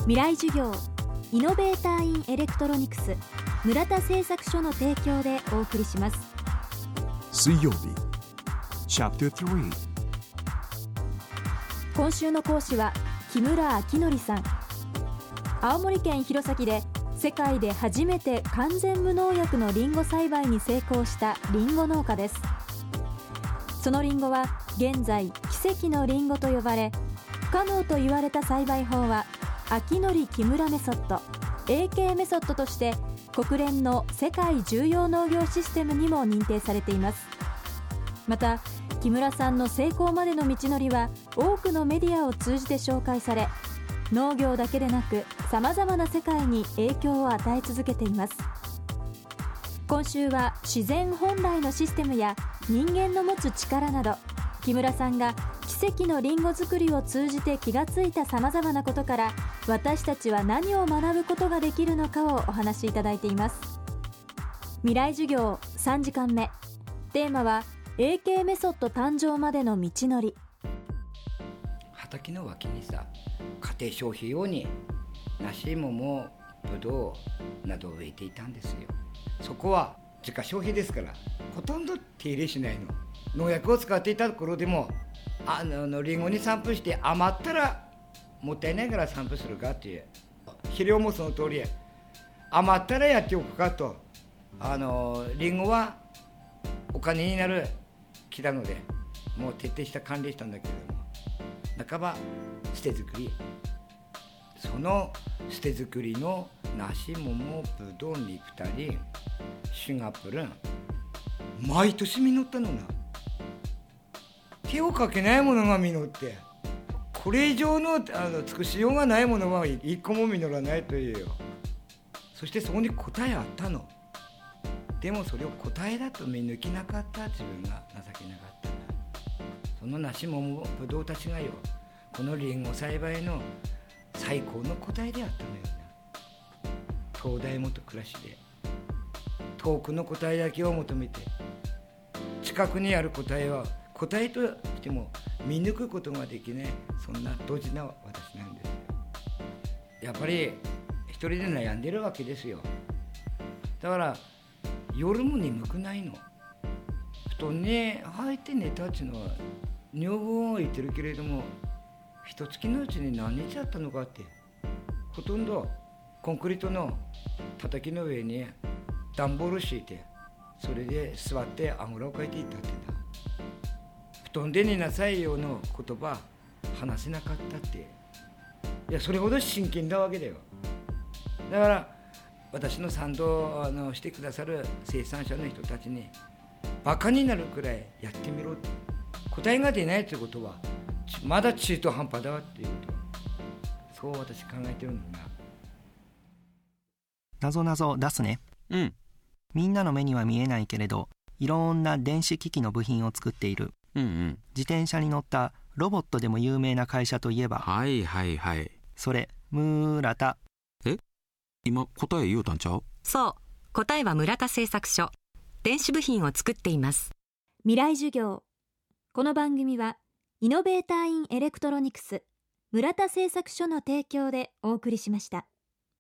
未来授業イノベーターインエレクトロニクス村田製作所の提供でお送りします。 水曜日チャプター3。 今週の講師は木村明則さん。青森県弘前で世界で初めて完全無農薬のリンゴ栽培に成功したリンゴ農家です。そのリンゴは現在奇跡のリンゴと呼ばれ、不可能と言われた栽培法は明則木村メソッド AK メソッドとして国連の世界重要農業システムにも認定されています。また木村さんの成功までの道のりは多くのメディアを通じて紹介され、農業だけでなくさまざまな世界に影響を与え続けています。今週は自然本来のシステムや人間の持つ力など、木村さんが奇跡のリンゴ作りを通じて気がついたさまざまなことから、私たちは何を学ぶことができるのかをお話しいただいています。未来授業3時間目、テーマは AK メソッド誕生までの道のり。 畑の脇にさ、家庭消費用に梨、桃、ぶどうなどを植えていたんですよ。そこは自家消費ですから、ほとんど手入れしないの。農薬を使っていたところでもリンゴに散布して余ったらもったいないから散布するかっていう、肥料もその通り、余ったらやっておくかと。リンゴはお金になる木なので、もう徹底した管理したんだけれども、半ば捨て作り、その捨て作りの梨、桃、ぶどう、ネクタリン、シュガプルン、毎年実ったのな。手をかけないものが実って、これ以上の尽くしようがないものは一個も実らないというよ。そしてそこに答えあったの。でもそれを答えだと見抜きなかった自分が情けなかったな。その梨、桃、ぶどうたちがよ、このリンゴ栽培の最高の答えであったのよな。東大元暮らしで遠くの答えだけを求めて、近くにある答えは答えとしても見抜くことができない、そんなドジな私なんですよ。やっぱり一人で悩んでるわけですよ。だから夜も眠くないの。布団に入って寝たっちゅうのは女房は言ってるけれども、一月のうちに何日あったのかって、ほとんどコンクリートの叩きの上に段ボール敷いて、それで座ってあぐらをかいていたってんだ。布団で寝なさいよの言葉話せなかったって。いや、それほど真剣なわけだよ。だから私の賛同してくださる生産者の人たちに、バカになるくらいやってみろって、答えが出ないということはまだ中途半端だわっていうこと、そう私考えてるんだな。 なぞなぞ出すね。 うん。 みんなの目には見えないけれど、いろんな電子機器の部品を作っている、自転車に乗ったロボットでも有名な会社といえば、 はいはいはい。 それ村田。 今答え言うたんちゃう？ そう、答えは村田製作所。電子部品を作っています。 未来授業。この番組はイノベーターインエレクトロニクス村田製作所の提供でお送りしました。